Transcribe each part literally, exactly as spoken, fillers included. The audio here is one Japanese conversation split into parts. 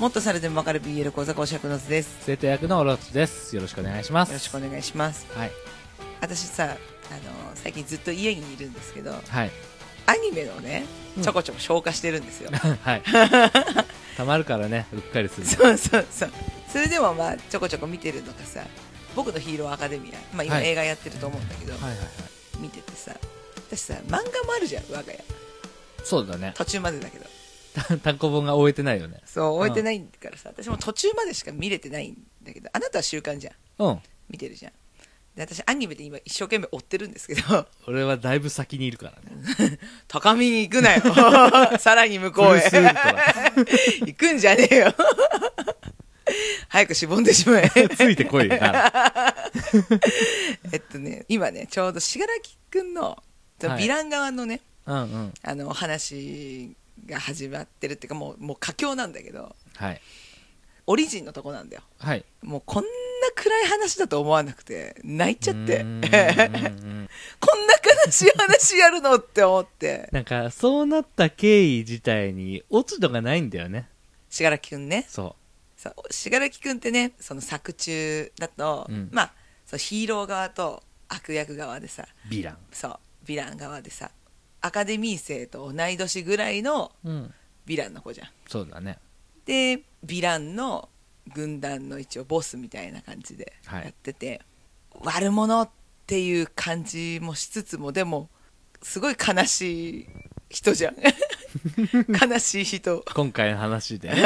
もっとされてもわかる ビーエル 講座講師役の図です。 生徒役のオロチです。よろしくお願いします。 よろしくお願いします。 はい。 私さ、あの最近ずっと家にいるんですけど、 はい。 アニメのね、ちょこちょこ消化してるんですよ。 うん、はい。たまるからね、うっかりする。 そうそうそう。それでもまあちょこちょこ見てるのがさ、僕のヒーローアカデミア、まあ今映画やってると思うんだけど、はいはいはいはい、見ててさ、私さ漫画もあるじゃん、我が家。 そうだね。 途中までだけど。 単行本が終えてないよね。 そう、終えてないからさ、うん、私も途中までしか見れてないんだけど、あなたは習慣じゃん。 うん。 見てるじゃん。で、私アニメで今一生懸命追ってるんですけど。 俺はだいぶ先にいるからね。 高みに行くなよ。さらに向こうへ。行くんじゃねえよ。早くしぼんでしまえ。 ついてこいよな。 えっとね、今ね、ちょうど信楽くんの、ヴィラン側のね、 はい、うんうん、 あの、話が始まってるっていうか、もう、もう佳境なんだけど、はい。オリジンのとこなんだよ。はい。もうこんな暗い話だと思わなくて、泣いちゃって。こんな悲しい話やるのって思って。 なんか、そうなった経緯自体に落ち度がないんだよね。 信楽くんね。 そう。 信楽くんってね、その作中だと、うん、まあそうヒーロー側と悪役側でさ、 ヴィラン、 そうヴィラン側でさ、アカデミー生と同い年ぐらいのヴィランの子じゃん、うん、 そうだね。 でヴィランの軍団の一応ボスみたいな感じでやってて、はい、悪者っていう感じもしつつも、でもすごい悲しい人じゃん。悲しい人。 今回の話で、ね。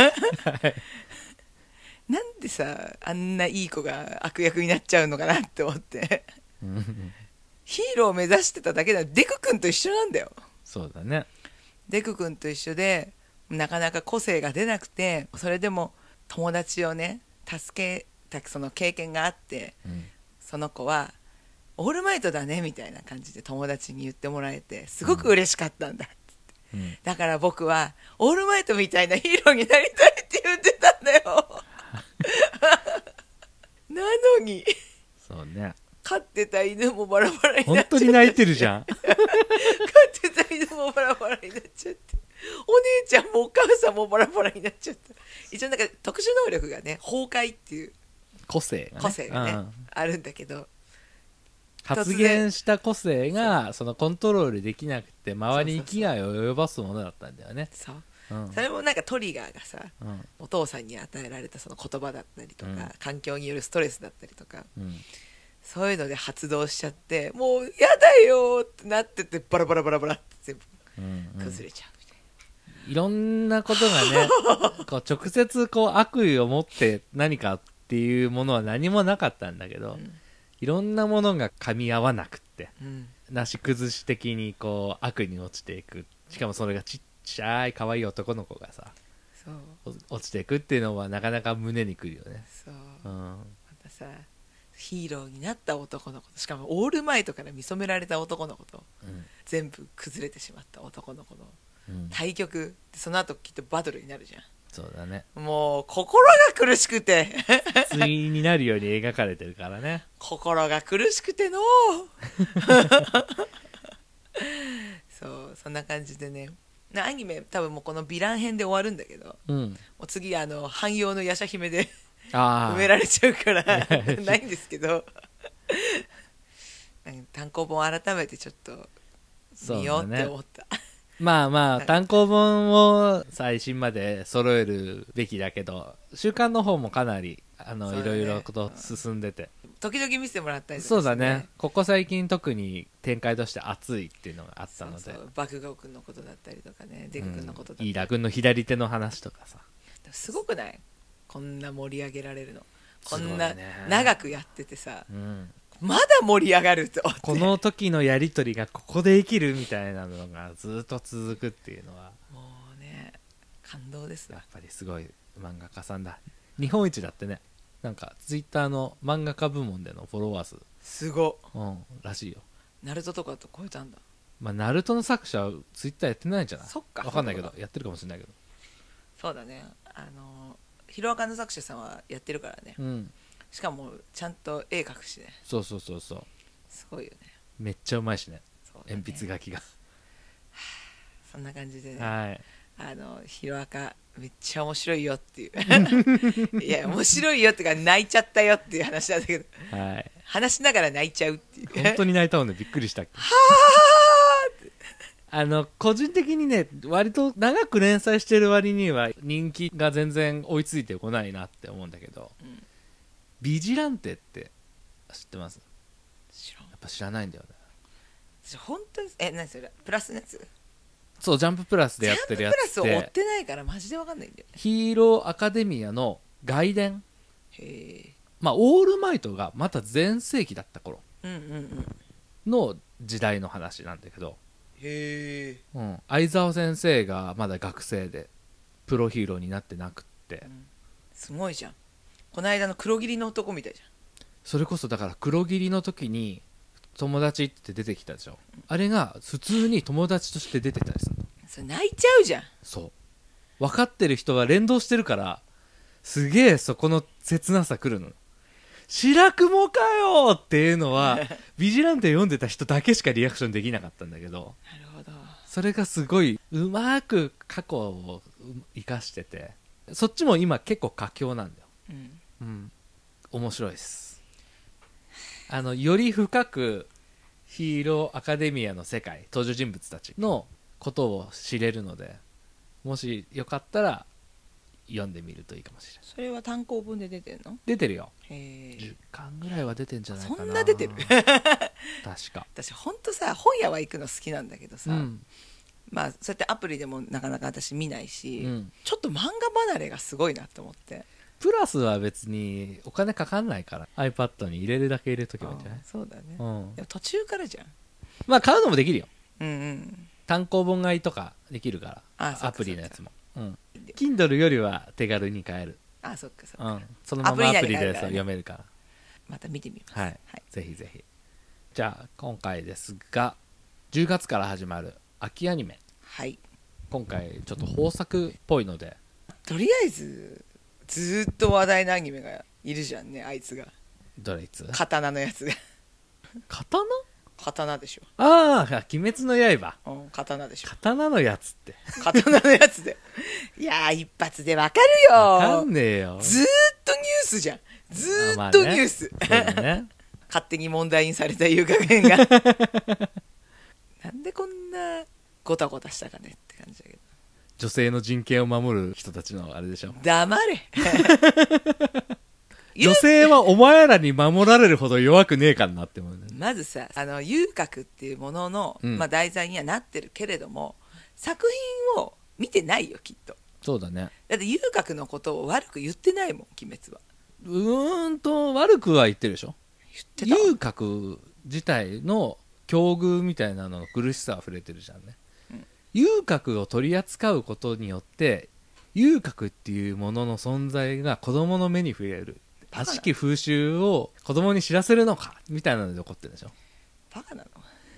なんでさ、あんないい子が悪役になっちゃうのかなって思って。ヒーローを目指してただけだ。デク君と一緒なんだよ。 そうだね。 デク君と一緒で、なかなか個性が出なくて、それでも友達をね、助けたその経験があって、うん、その子はオールマイトだねみたいな感じで友達に言ってもらえて、すごく嬉しかったんだって。うん、だから僕はオールマイトみたいなヒーローになりたいって言ってたんだよ。なのにそうね、 飼ってた犬もバラバラになっちゃって、 本当に泣いてるじゃん。飼ってた犬もバラバラになっちゃって、お姉ちゃんもお母さんもバラバラになっちゃった。一応なんか特殊能力がね、崩壊っていう個性がね、 個性がね、 うん、あるんだけど、 発現した個性がそのコントロールできなくて周りに危害を及ぼすものだったんだよね。 そう、うん、それもなんかトリガーがさ、うん、お父さんに与えられたその言葉だったりとか、うん、環境によるストレスだったりとか、うん、そういうので発動しちゃって、もうやだよってなってて、バラバラバラバラって全部崩れちゃうみたいな、 うんうん、いろんなことがねこう直接こう悪意を持って何かっていうものは何もなかったんだけど、うん、いろんなものが噛み合わなくって、うん、なし崩し的にこう悪に落ちていく。しかもそれがちっちゃい可愛い男の子がさ、そう落ちていくっていうのはなかなか胸にくるよね。 そう、うん、またさ、ヒーローになった男の子と、しかもオールマイトから見初められた男の子と、うん、全部崩れてしまった男の子の対局で、その後きっとバトルになるじゃん。 そうだね。 もう心が苦しくて普通になるように描かれてるからね。 心が苦しくてのそう、そんな感じでね、アニメ多分もうこのヴィラン編で終わるんだけど、うん、もう次あの汎用の夜叉姫で埋められちゃうからないんですけど単行本改めてちょっと見ようって思った。 まあまあ単行本を最新まで揃えるべきだけど、週刊の方もかなりあの、ね、いろいろと進んでて、 時々見せてもらったりとか、ね、 そうだね。ここ最近特に展開として熱いっていうのがあったので、そうそう、 爆豪君のことだったりとかね、デク君のことだったり、 飯田君の左手の話とかさ、 すごくない？こんな盛り上げられるの、こんな長くやっててさ、うん、まだ盛り上がるとこの時のやり取りがここで生きるみたいなのがずっと続くっていうのはもうね、感動です。 やっぱりすごい漫画家さんだ。日本一だってね。なんかツイッターの漫画家部門でのフォロワー数すご、 うん、らしいよ。 ナルトとかと超えたんだ。 まあナルトの作者はツイッターやってないんじゃない？ そっか、 分かんないけどやってるかもしれないけど。 そうだね、あのヒロアカの作者さんはやってるからね、うん、しかもちゃんと絵描くしね。 そうそうそうそう、 すごいよね。 めっちゃうまいしね、そうだね、鉛筆書きが、はあ、そんな感じでね、 はい、 あのヒロアカめっちゃ面白いよっていういや面白いよってか泣いちゃったよっていう話なんだけど、 はい、 話しながら泣いちゃうっていう本当に泣いたもんね、びっくりした。はーってあの個人的にね、割と長く連載してる割には人気が全然追いついてこないなって思うんだけど、うん、ビジランテって知ってます？ 知らん。 やっぱ知らないんだよね。 本当にえ何それプラスのやつ？ そう、ジャンププラスでやってるやつって。 ジャンププラスを追ってないからマジで分かんないんだよね。 ヒーローアカデミアの外伝。 へえ。 まあオールマイトがまた全盛期だった頃の時代の話なんだけど、 へえ、 うん、相沢先生がまだ学生でプロヒーローになってなくって、うん、 すごいじゃん。この間の黒霧の男みたいじゃん。 それこそだから黒霧の時に友達って出てきたでしょ、うん、あれが普通に友達として出てたりするの。 それ泣いちゃうじゃん。 そう分かってる人は連動してるからすげえそこの切なさくるの。白雲かよっていうのはビジランテ読んでた人だけしかリアクションできなかったんだけど、 なるほど、 それがすごいうまく過去を生かしてて、そっちも今結構佳境なんだよ、うんうん、面白いです。あのより深くヒーローアカデミアの世界、登場人物たちのことを知れるので、もしよかったら読んでみるといいかもしれない。 それは単行本で出てるの？ 出てるよ。 へじゅっかんぐらいは出てんじゃないかな。 そんな出てる確か。 私ほんとさ本屋は行くの好きなんだけどさ、うん、まあそうやってアプリでもなかなか私見ないし、うん、ちょっと漫画離れがすごいなと思って。 プラスは別にお金かかんないから iPad に入れるだけ入れとけばいいんじゃない？ そうだね、うん、でも途中からじゃん。 まあ買うのもできるよ、 うんうん、 単行本買いとかできるから、 アプリのやつも、うん、Kindle よりは手軽に買える。 あ、そっかそっか、 うん、そのままアプリで読めるから、 また見てみます、 はいはい、ぜひぜひ。じゃあ今回ですがじゅうがつから始まる秋アニメ、 はい、 今回ちょっと豊作っぽいので、 とりあえずずっと話題のアニメがいるじゃんね、あいつが。 どれいつ？ 刀のやつが刀？ 刀でしょ。 ああ、鬼滅の刃、 うん、刀でしょ。 刀のやつって刀のやつでいやー一発でわかるよ。 わかんねえよ。 ずーっとニュースじゃん、ずーっとニュース、まあねね、勝手に問題にされた優香編がなんでこんなゴタゴタしたかねって感じだけど、 女性の人権を守る人たちのあれでしょ。 黙れ女性はお前らに守られるほど弱くねえかなって思うね。 まずさ、あの遊郭っていうものの、うん、まあ、題材にはなってるけれども作品を見てないよきっと。 そうだね。 だって遊郭のことを悪く言ってないもん鬼滅は。 うーんと悪くは言ってるでしょ。 言ってた。 遊郭自体の境遇みたいなのの苦しさは触れてるじゃんね、うん、遊郭を取り扱うことによって遊郭っていうものの存在が子供の目に触れる、悪しき風習を子供に知らせるのかみたいなので怒ってるでしょ。 バカなの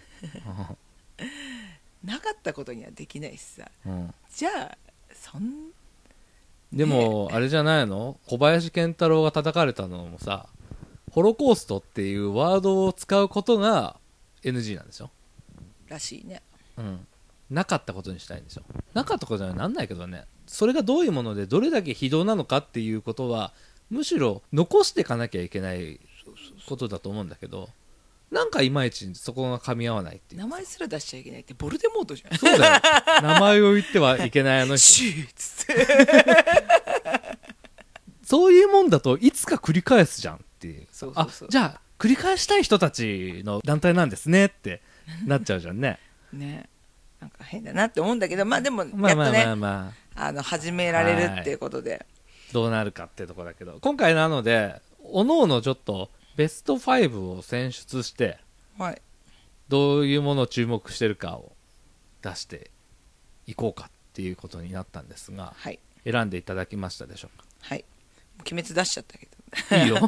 なかったことにはできないしさ、うん、じゃあそんでも、ね、あれじゃないの、小林賢太郎が叩かれたのもさ、ホロコーストっていうワードを使うことが エヌジー なんですよ。 らしいね。 うん。なかったことにしたいんですよ。なかったことにはなんないけどね。それがどういうものでどれだけ非道なのかっていうことはむしろ残していかなきゃいけないことだと思うんだけど、なんかいまいちそこが噛み合わないっていう。 名前すら出しちゃいけないってボルデモートじゃん。 そうだよ。名前を言ってはいけないあの人。 シーッつってそういうもんだといつか繰り返すじゃんっていう。 そうそうそう。 あ、じゃあ繰り返したい人たちの団体なんですねってなっちゃうじゃんね。 ね、なんか変だなって思うんだけど、まあでもやっとね、まあまあまあ、あの始められるっていうことで、 どうなるかっていうところだけど、今回なのでおのおのちょっとベストファイブを選出して、 はい、 どういうものを注目してるかを出していこうかっていうことになったんですが、 はい、 選んでいただきましたでしょうか。 はい、鬼滅出しちゃったけどいいよ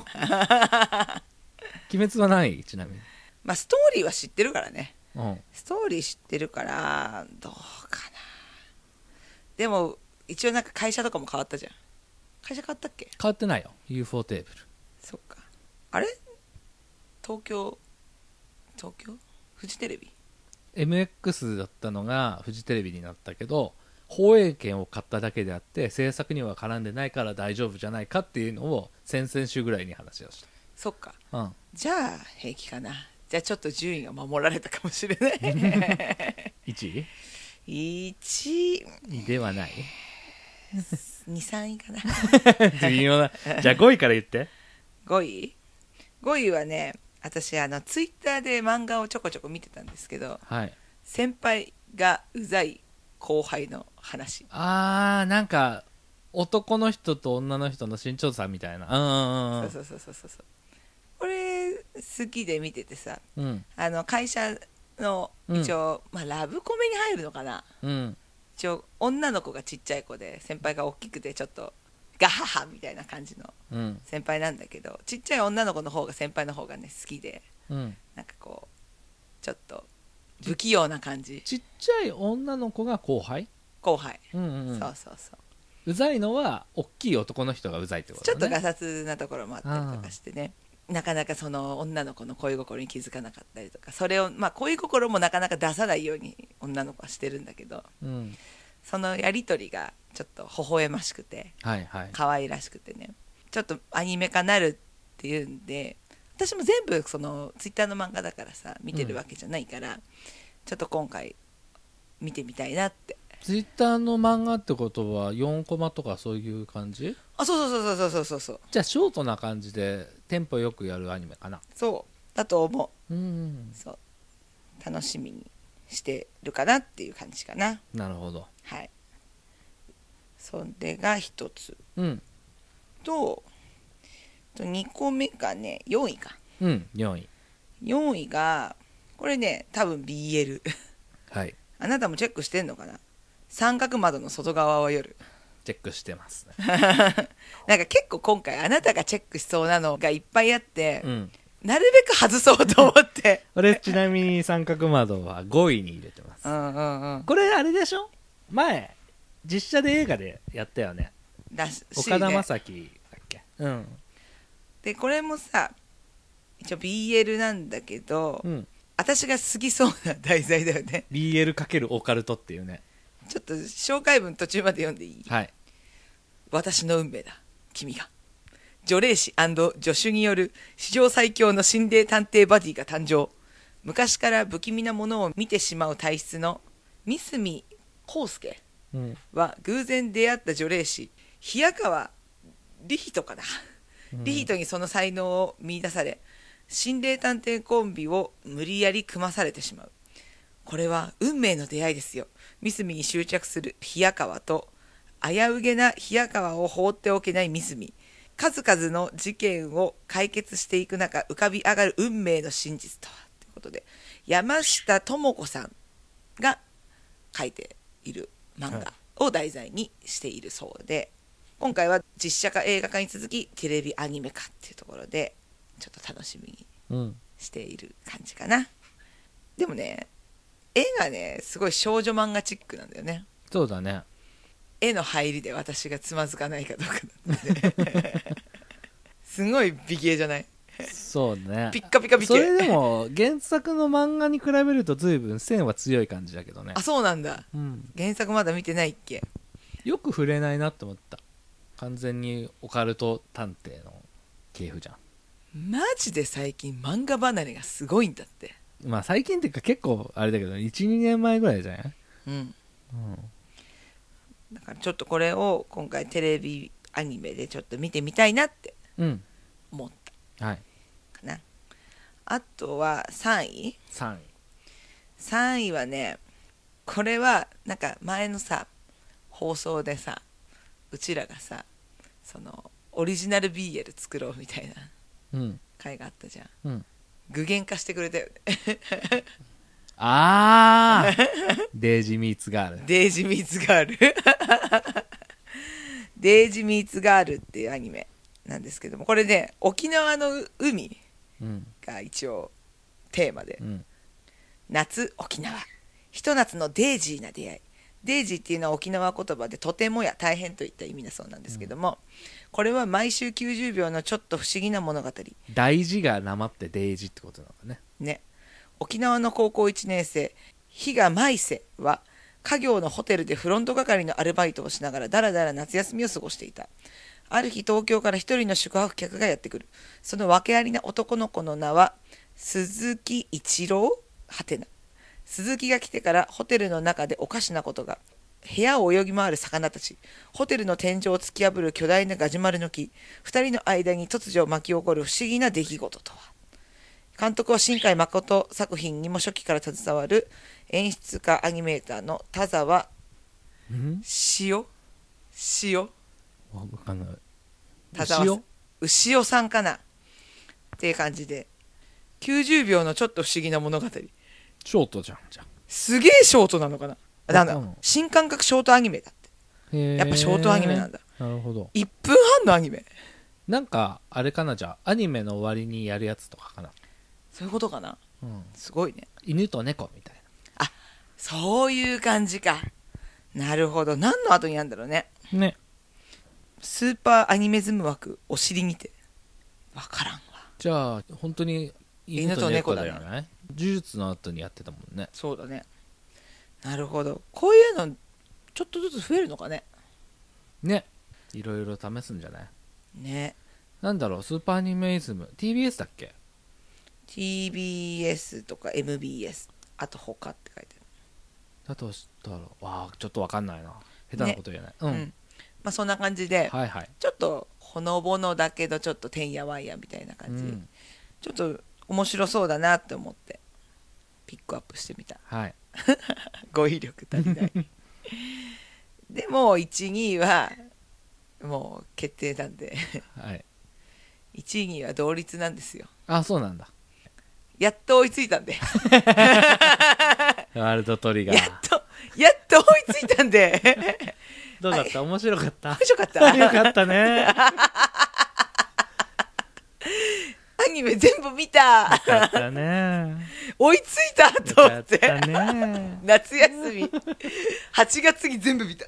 鬼滅はない？ちなみに、 まあ、ストーリーは知ってるからね、うん、ストーリー知ってるからどうかな。でも一応なんか会社とかも変わったじゃん。会社変わったっけ？ 変わってないよ、 ユーフォー テーブル。 そっか、あれ東京東京フジテレビエムエックス だったのがフジテレビになったけど、 放映権を買っただけであって制作には絡んでないから大丈夫じゃないかっていうのを先々週ぐらいに話をしそっか、 た、うん、 じゃあ平気かな。じゃあちょっと順位が守られたかもしれないいちいいちいではないにさんいかな微妙な。じゃあごいから言って。 ごいごいはね、私あのツイッターで漫画をちょこちょこ見てたんですけど、 はい、 先輩がうざい後輩の話。 あーなんか男の人と女の人の身長差みたいな、うんうんうん、 そうそうそうそうそう。これ好きで見ててさ、 うん、 あの会社の一応、うん、まあ、ラブコメに入るのかな、 うん、 一応女の子がちっちゃい子で先輩が大きくてちょっとガハハみたいな感じの先輩なんだけど、うん、ちっちゃい女の子の方が先輩の方がね好きで、うん、なんかこうちょっと不器用な感じ。 ちっちゃい女の子が後輩後輩、 うんうんうん、 そうそうそう。 うざいのは大きい男の人がうざいってことだね。 ちょっとガサツなところもあったりとかしてね、なかなかその女の子の恋心に気づかなかったりとか、それをまあ恋心もなかなか出さないように女の子はしてるんだけど、うん、そのやり取りがちょっと微笑ましくて、はいはい、可愛らしくてね、ちょっとアニメ化なるっていうんで、私も全部そのツイッターの漫画だからさ見てるわけじゃないから、うん、ちょっと今回見てみたいなって。 ツイッターの漫画ってことはよんコマとかそういう感じ？ あ、そうそうそうそうそうそうそう。 じゃあショートな感じでテンポよくやるアニメかな。 そうだと思う。うんうん、そう、楽しみにしてるかなっていう感じかな。 なるほど。 はい。それが一つ、うん、ととにこめがねよんいか。 うんよんい。 よんいがこれね多分 ビーエル はい。あなたもチェックしてんのかな。三角窓の外側は夜。 チェックしてますねなんか結構今回あなたがチェックしそうなのがいっぱいあって、うん、なるべく外そうと思って俺ちなみに三角窓はごいに入れてます、うんうんうん、これあれでしょ、前実写で映画でやったよね、だし、ね、岡田将生だっけ、うん、 でこれもさ一応 ビーエル なんだけど、うん、私が好きそうな題材だよね。 ビーエル× オカルトっていうね。 ちょっと紹介文途中まで読んでいい？はい。私の運命だ君が。除霊師&助手による史上最強の心霊探偵バディが誕生。昔から不気味なものを見てしまう体質の三角康介は偶然出会った除霊師冷川リヒトかな、うん、リヒトにその才能を見出され、心霊探偵コンビを無理やり組まされてしまう。これは運命の出会いですよ。三角に執着する冷川と危うげな冷川を放っておけない三角、数々の事件を解決していく中浮かび上がる運命の真実とはということで、山下智子さんが書いている漫画を題材にしているそうで、今回は実写化映画化に続きテレビアニメ化っていうところでちょっと楽しみにしている感じかな、うん、でもね絵がねすごい少女漫画チックなんだよね。 そうだね。 絵の入りで私がつまずかないかどうかなんですごい美形じゃない？ そうね。 ピッカピカ美形。 それでも原作の漫画に比べると随分線は強い感じだけどね。 あ、そうなんだ、うん、原作まだ見てないっけ。 よく触れないなと思った。完全にオカルト探偵の系譜じゃん。マジで最近漫画離れがすごいんだって。 まあ最近っていうか結構あれだけど いちにねんまえぐらいじゃない？うん、うん、 だからちょっとこれを今回テレビアニメでちょっと見てみたいなって思った、うん、はいかな。あとはさんいさんいさんいはね、これはなんか前のさ放送でさうちらがさそのオリジナル ビーエル 作ろうみたいな回があったじゃん、うん、具現化してくれたよねああデイジーミーツガールデイジーミーツガールデイジーミーツガールっていうアニメなんですけども、これね沖縄の海が一応テーマで、うん、夏沖縄ひと夏のデイジーな出会い。デイジーっていうのは沖縄言葉でとてもや大変といった意味だそうなんですけども、うん、これは毎週きゅうじゅうびょうのちょっと不思議な物語。 大事がなまってデイジーってことなのね。 ね。沖縄の高校いちねん生比嘉舞瀬は家業のホテルでフロント係のアルバイトをしながらだらだら夏休みを過ごしていた。ある日東京から一人の宿泊客がやってくる。その訳ありな男の子の名は鈴木一郎はてな。鈴木が来てからホテルの中でおかしなことが。部屋を泳ぎ回る魚たち、ホテルの天井を突き破る巨大なガジュマルの木、二人の間に突如巻き起こる不思議な出来事とは。監督は新海誠作品にも初期から携わる演出家アニメーターの田沢塩塩わかんない。 田沢牛尾さんかなっていう感じで、きゅうじゅうびょうのちょっと不思議な物語。 ショートじゃんじゃん。 すげえショートなのかな。なんだ新感覚ショートアニメだって。やっぱショートアニメなんだ。 なるほど。 いっぷんはんのアニメ。 なんかあれかな、じゃあアニメの終わりにやるやつとかかな。 そういうことかな、 うん、 すごいね。 犬と猫みたいな。あ、そういう感じか。なるほど。何の後にやるんだろうね。 ね。 スーパーアニメズム枠お尻にてわからんわ。 じゃあ本当に犬と猫だよね。呪術の後にやってたもんね。 そうだね。なるほど。こういうのちょっとずつ増えるのかね。 ね。いろいろ試すんじゃないね。 なんだろう、スーパーアニメイズム ティービーエス だっけ。 ティービーエス とか エムビーエス、 あと他って書いてある。 だとしたらわあちょっとわかんないな、下手なこと言えない、ね、うん、うん、 まあそんな感じで、 はいはい、 ちょっとほのぼのだけどちょっとてんやわんやみたいな感じ、うん、ちょっと面白そうだなって思ってピックアップしてみた。 はい語彙力足りないでもいち、にいはもう決定なんで、はい、いちいにいは同率なんですよ。 あ、そうなんだ。 やっと追いついたんでワールドトリガーやっとやっと追いついたんでどうだった、はい、面白かった。 面白かったよかったねアニメ全部見た。 よかったね。 追いついたと思って。 よかったね。 夏休みはちがつに全部見た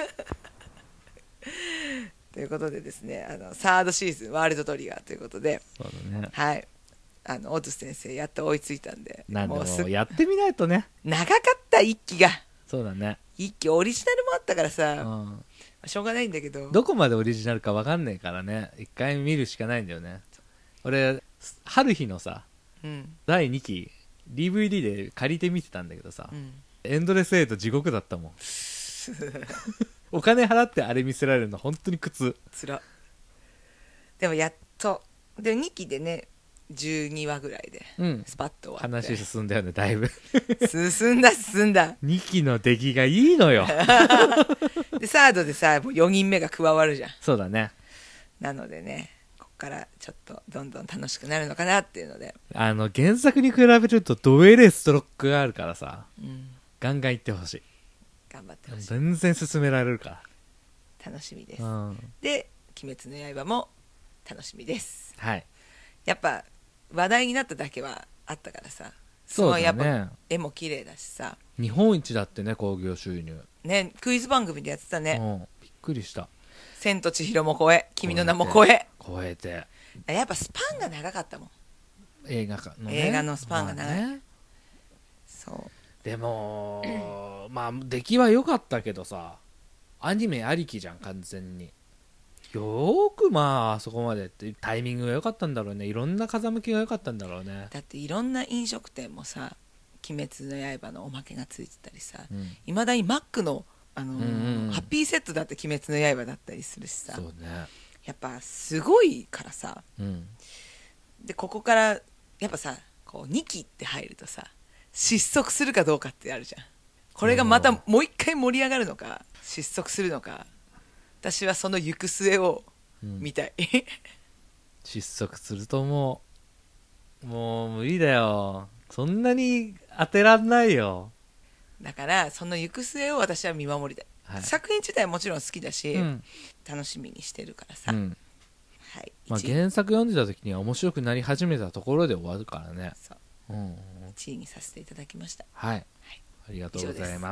ということでですね、あのサードシーズンワールドトリガーということで、 そうだね、 はい、あのオズ先生やっと追いついたんで、 なんでもやってみないとね。 長かった一期が。 そうだね、 一期オリジナルもあったからさ、うん、しょうがないんだけど、 どこまでオリジナルか分かんないからね、一回見るしかないんだよね。俺春日のさ、うん、だいにき ディーブイディー で借りて見てたんだけどさ、うん、エンドレスエイト地獄だったもんお金払ってあれ見せられるの本当に苦痛。 つら。でもやっとでにきでねじゅうにわぐらいでスパッと終わって、うん、 話進んだよねだいぶ進んだ進んだにきの出来がいいのよでサードでさもうよにんめが加わるじゃん。 そうだね。 なのでねこっからちょっとどんどん楽しくなるのかなっていうので、 あの原作に比べるとドエレストロックがあるからさ、うん、ガンガンいってほしい。 頑張ってほしい。 全然進められるから楽しみです、 うん、 で鬼滅の刃も楽しみです。 はい。 やっぱ話題になっただけはあったからさ、 そうだね、 やっぱ絵も綺麗だしさ、 日本一だってね興行収入ね、クイズ番組でやってたね、 うん、びっくりした。 千と千尋も超え君の名も超え超えてやっぱスパンが長かったもん、 映画かの、ね、 映画のスパンが長い、まあね、 そうでもまあ出来は良かったけどさ、アニメありきじゃん完全に。よーくまああそこまでってタイミングが良かったんだろうね。いろんな風向きが良かったんだろうね。 だっていろんな飲食店もさ鬼滅の刃のおまけがついてたりさ、いま、うん、だにマックの、あのーうんうん、ハッピーセットだって鬼滅の刃だったりするしさ、 そうね、 やっぱすごいからさ、うん、でここからやっぱさこうにきって入るとさ失速するかどうかってあるじゃん。これがまたもう一回盛り上がるのか失速するのか、私はその行く末を見たい、うん、 失速するともうもう無理だよ、そんなに当てらんないよ。 だからその行く末を私は見守りたい、はい、作品自体はもちろん好きだし、うん、楽しみにしてるからさ、うんはい、まあ、原作読んでた時には面白くなり始めたところで終わるからね。そう、うん、 いちいにさせていただきました。 はい、はい、ありがとうございます。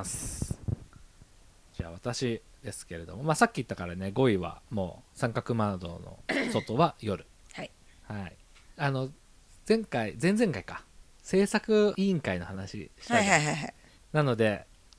じゃあ私ですけれども、まあ、さっき言ったからねごいはもう三角窓の外は夜はい、はい、あの前回前々回か制作委員会の話したじゃん、はいはいはいはい、なので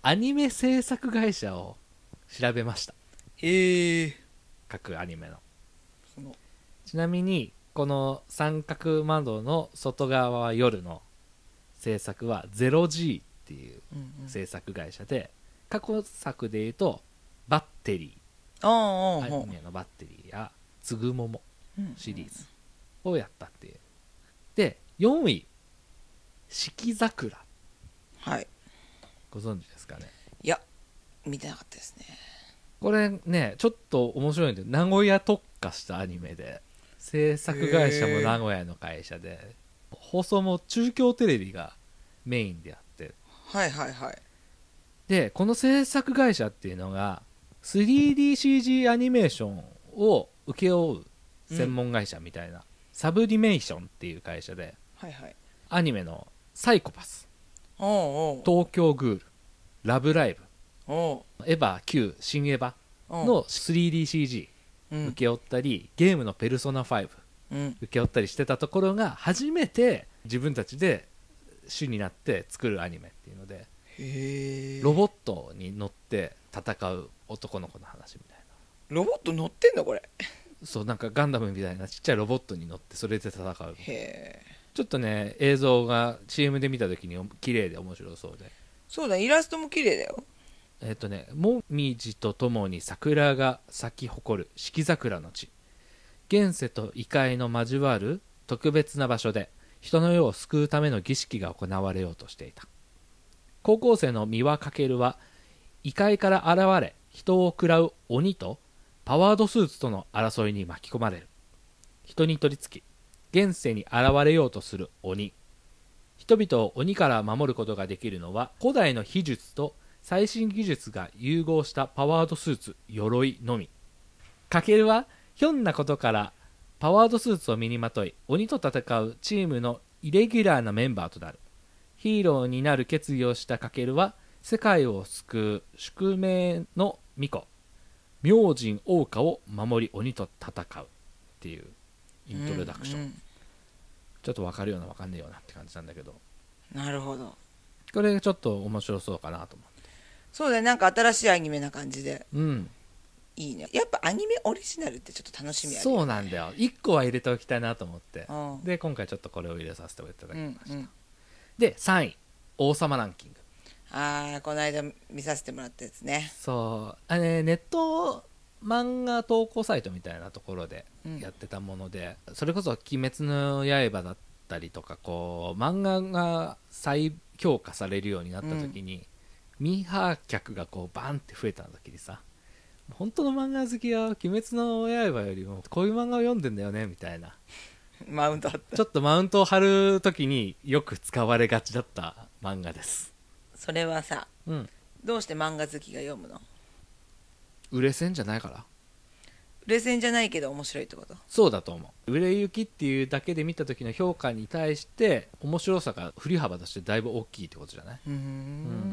アニメ制作会社を調べました。 へえ。 各アニメの。 そのちなみにこの三角窓の外側は夜の制作は ゼロジー っていう制作会社で、過去作でいうとバッテリー、 ああ、 アニメのバッテリーやつぐももシリーズをやったっていう。でよんい、四季桜。 はい。 ご存知ですかね。 いや、見てなかったですね。 これねちょっと面白いんで、名古屋特化したアニメで、制作会社も名古屋の会社で、放送も中京テレビがメインでやって、 はいはいはい。 でこの制作会社っていうのが スリーディーシージー アニメーションを請け負う専門会社みたいな、うん、サブリメーションっていう会社で、 はいはい、 アニメのサイコパス、 おうおう、 東京グール、ラブライブ、 おう、 エヴァキュー、新エヴァの スリーディーシージー 請け負ったり、ゲームのペルソナファイブ、うん、請け負ったりしてたところが初めて自分たちで主になって作るアニメっていうので、 へー、 ロボットに乗って戦う男の子の話みたいな。 ロボット乗ってんのこれ。 そう、なんかガンダムみたいなちっちゃいロボットに乗ってそれで戦う。 へー、 ちょっとね映像が シーエム で見た時に綺麗で面白そうで。 そうだ、イラストも綺麗だよ。 えっとね、もみじとともに桜が咲き誇る四季桜の地、現世と異界の交わる特別な場所で人の世を救うための儀式が行われようとしていた。高校生の三輪翔は異界から現れ人を食らう鬼とパワードスーツとの争いに巻き込まれる。人に取り付き現世に現れようとする鬼。人々を鬼から守ることができるのは古代の秘術と最新技術が融合したパワードスーツ鎧のみ。カケルはひょんなことからパワードスーツを身にまとい鬼と戦うチームのイレギュラーなメンバーとなる。ヒーローになる決意をしたカケルは世界を救う宿命の巫女明神桜花を守り鬼と戦うっていうイントロダクション、うんうん、ちょっと分かるような分かんないようなって感じなんだけど、 なるほど、 これちょっと面白そうかなと思って。 そうだね、なんか新しいアニメな感じで、 うん、 いいね。やっぱアニメオリジナルってちょっと楽しみあるよね。 そうなんだよ、いっこは入れておきたいなと思って、 うん、 で今回ちょっとこれを入れさせていただきました、 うんうん、 でさんい、王様ランキング。 ああ、この間見させてもらったやつね。 そうあれ、ネット漫画投稿サイトみたいなところでやってたもので、うん、それこそ「鬼滅の刃」だったりとか、こう漫画が再評価されるようになった時に、うん、ミーハー客がこうバンって増えた時にさ、本当の漫画好きは「鬼滅の刃」よりもこういう漫画を読んでんだよねみたいなマウントあった。 ちょっとマウントを張る時によく使われがちだった漫画です。 それはさ、 うん、 どうして漫画好きが読むの？ 売れ線じゃないから。 売れ線じゃないけど面白いってこと？ そうだと思う。売れ行きっていうだけで見た時の評価に対して面白さが振り幅としてだいぶ大きいってことじゃない？ うーん、うん、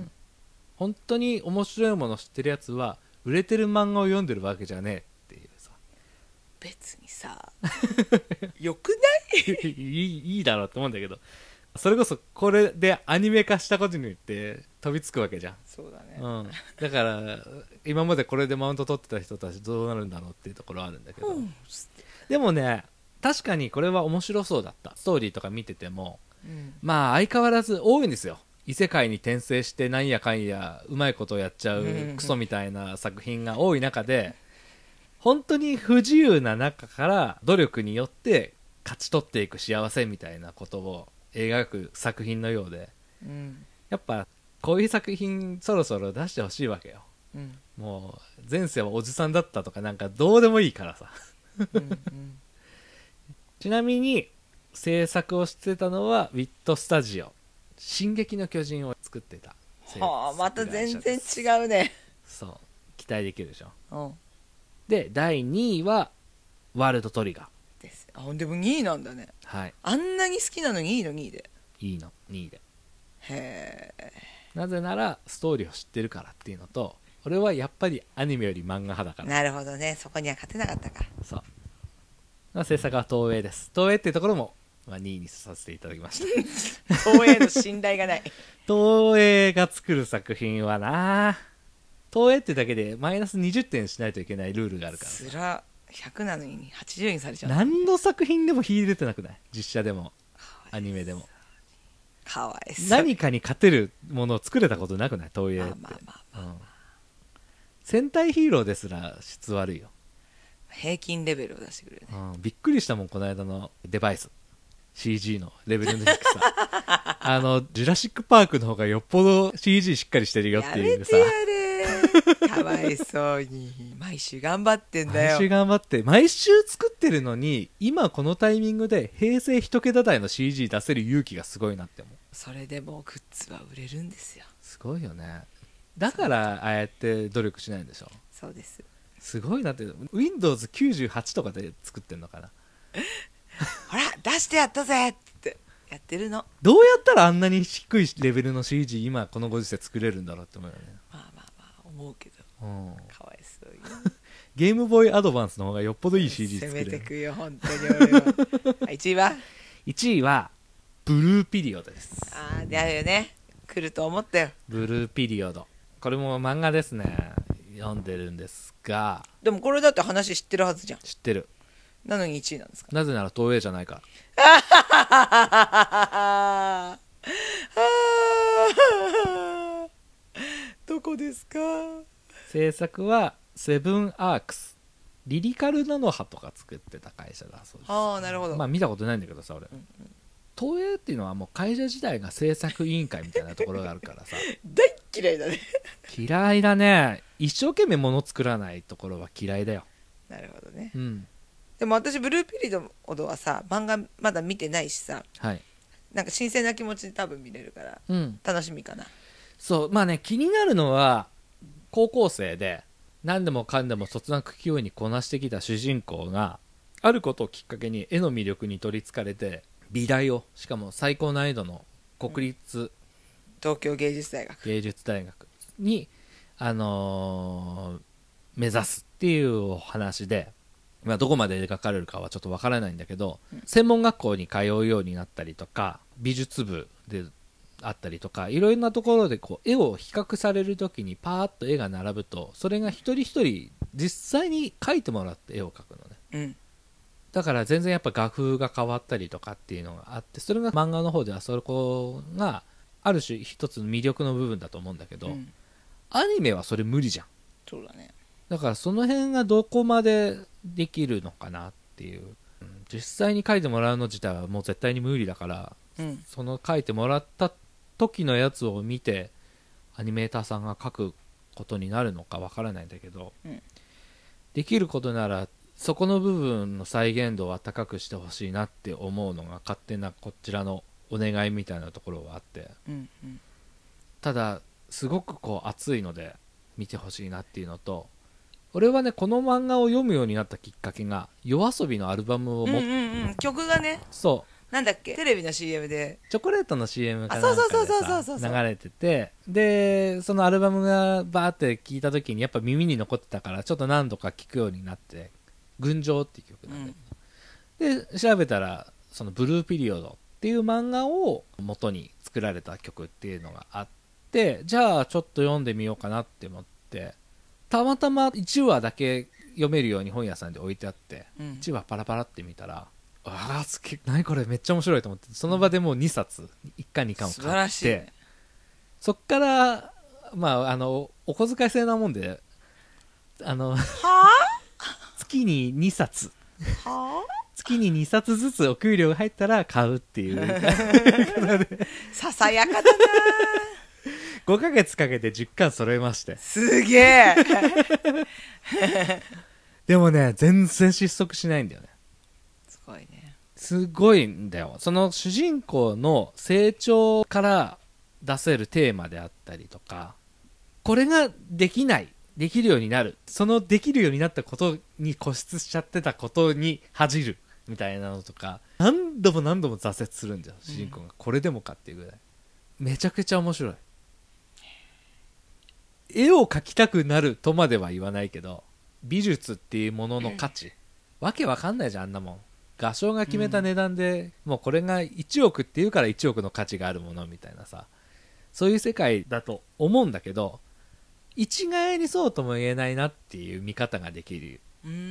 本当に面白いもの知ってるやつは売れてる漫画を読んでるわけじゃねえっていうさ。 別にさよくない？ いいいいだろうって思うんだけど、それこそこれでアニメ化したことによって飛びつくわけじゃん。 そうだね、 うん、だから今までこれでマウント取ってた人たちどうなるんだろうっていうところはあるんだけど、うん、でもね確かにこれは面白そうだった。ストーリーとか見てても、うん、まあ相変わらず多いんですよ。異世界に転生してなんやかんやうまいことをやっちゃうクソみたいな作品が多い中で、本当に不自由な中から努力によって勝ち取っていく幸せみたいなことを描く作品のようで、うん、やっぱこういう作品そろそろ出してほしいわけよ、うん、もう前世はおじさんだったとかなんかどうでもいいからさうん、うん、ちなみに制作をしてたのはウィットスタジオ、進撃の巨人を作ってた。 はあ、また全然違うね。 そう、期待できるでしょ、 うん、 でだいにいはワールドトリガーです。あ、でもにいなんだね。 はい、 あんなに好きなのにいいのにいで。 いいのにいで。 へえ。 なぜならストーリーを知ってるからっていうのと、俺はやっぱりアニメより漫画派だから。 なるほどね、そこには勝てなかったか。 そう、制作は東映です。東映っていうところもまあ、にいにさせていただきました東映の信頼がない東映が作る作品はな、東映ってだけでマイナスにじゅってんしないといけないルールがあるから、 つらひゃくなのにはちじゅうにされちゃう。 何の作品でも秀でてなくない？実写でもアニメでもかわいそう。 何かに勝てるものを作れたことなくない？東映って、 まあまあまあまあ、 うん、戦隊ヒーローですら質悪いよ。 平均レベルを出してくれるね、 うん、びっくりしたもんこの間のデバイス シージー のレベルの低さあのジュラシックパークの方がよっぽど シージー しっかりしてるよっていうさ、 やめてやれかわいそうに毎週頑張ってんだよ。 毎週頑張って毎週作ってるのに、今このタイミングで平成一桁台の シージー 出せる勇気がすごいなって思う。 それでもうグッズは売れるんですよ。 すごいよね。だからああやって努力しないんでしょ。 そうです。 すごいなって。 ウィンドウズきゅうじゅうはち とかで作ってんのかなほら出してやったぜってやってるの。 どうやったらあんなに低いレベルの シージー 今このご時世作れるんだろうって思うよね。 まあまあまあ思うけど、 うん、 かわいそうにゲームボーイアドバンスの方がよっぽどいい シージー 作れる。 攻めてくよ本当に俺は。いちいはいちいはブルーピリオドです。 ああだよね、来ると思ったよ。 ブルーピリオド、これも漫画ですね。読んでるんですが、 でもこれだって話知ってるはずじゃん。 知ってる。 なのにいちいなんですか？ なぜなら東映じゃないから。 どこですか？ 制作はセブンアークス、リリカルナノハとか作ってた会社だそうです。 ああなるほど。 まあ見たことないんだけどさ俺、うんうん、東映っていうのはもう会社自体が制作委員会みたいなところがあるからさ大嫌いだね嫌いだね。一生懸命物作らないところは嫌いだよ。 なるほどね、 うん、 でも私ブルーピリオドはさ漫画まだ見てないしさ、 はい、 なんか新鮮な気持ちで多分見れるから、うん、楽しみかな。 そうまあね、気になるのは高校生で何でもかんでもそつなく器用にこなしてきた主人公があることをきっかけに絵の魅力に取りつかれて、美大を、しかも最高難易度の国立、うん、 東京芸術大学芸術大学に、あのー、目指すっていうお話で、まあ、どこまで描かれるかはちょっとわからないんだけど、うん、専門学校に通うようになったりとか美術部であったりとか、いろいろなところでこう絵を比較されるときにパーッと絵が並ぶと、それが一人一人実際に描いてもらって絵を描くのね、うん、だから全然やっぱ画風が変わったりとかっていうのがあって、それが漫画の方ではそこがある種一つの魅力の部分だと思うんだけど、うん、アニメはそれ無理じゃん。 そうだね。 だからその辺がどこまでできるのかなっていう、うん、実際に描いてもらうの自体はもう絶対に無理だから、うん、その描いてもらった時のやつを見てアニメーターさんが描くことになるのかわからないんだけど、うん、できることならそこの部分の再現度は高くしてほしいなって思うのが勝手なこちらのお願いみたいなところはあって、うんうん、ただすごくこう熱いので見てほしいなっていうのと、俺はねこの漫画を読むようになったきっかけがYOASOBIのアルバムを持って、うんうんうん、 曲がね、 そうなんだっけ、テレビの シーエム でチョコレートの シーエム かなんかでさ流れてて、でそのアルバムがバーって聞いた時にやっぱ耳に残ってたからちょっと何度か聞くようになって、群青っていう曲なんで、うん、で調べたらそのブルーピリオドっていう漫画を元に作られた曲っていうのがあって、じゃあちょっと読んでみようかなって思って、たまたまいちわだけ読めるように本屋さんで置いてあって、うん、いちわパラパラって見たら、ああ何これめっちゃ面白いと思って、その場でもうにさついっかんにかんを買って、そっからまああのお小遣い制なもんで、あのは月ににさつは月ににさつずつお給料が入ったら買うっていうささやかだなごかげつかけてじゅっかん揃えまして、 すげえでもね全然失速しないんだよね。 すごいね。 すごいんだよ。その主人公の成長から出せるテーマであったりとか、これができないできるようになる、そのできるようになったことに固執しちゃってたことに恥じるみたいなのとか、何度も何度も挫折するんだよ主人公が、うん、これでもかっていうぐらいめちゃくちゃ面白い。絵を描きたくなるとまでは言わないけど、美術っていうものの価値、うん、わけわかんないじゃんあんなもん。 画商が決めた値段で、うん、もうこれがいちおくっていうからいちおくの価値があるものみたいなさ、そういう世界だと思うんだけど、一概にそうとも言えないなっていう見方ができる。 うーん、うん、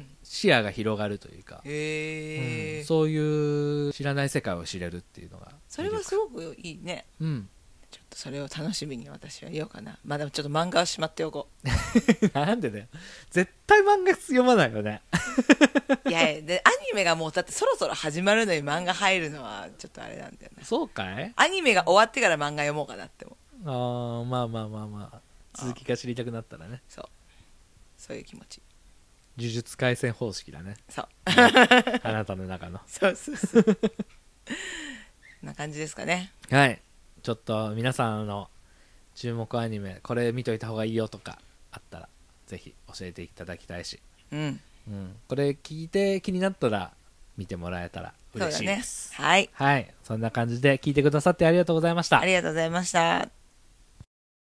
視野が広がるというか、 へー、 うん、そういう知らない世界を知れるっていうのが、 それはすごくいいね。 うん、ちょっとそれを楽しみに私は言おうかな。まだちょっと漫画はしまっておこうなんでだよ、絶対漫画読まないよねいやいや、でアニメがもうだってそろそろ始まるのに漫画入るのはちょっとあれなんだよね。 そうかい。 アニメが終わってから漫画読もうかなっても。 ああ、まあまあまあまあ、続きが知りたくなったらね。 そう、そういう気持ち。 呪術廻戦方式だね。 そうあなたの中の。 そうそうそうこんな感じですかね。 はい、ちょっと皆さんの注目アニメこれ見といた方がいいよとかあったらぜひ教えていただきたいし、 うんうん、これ聞いて気になったら見てもらえたら嬉しいです。 そうだね、はい、 はい、そんな感じで聞いてくださってありがとうございました。 ありがとうございました。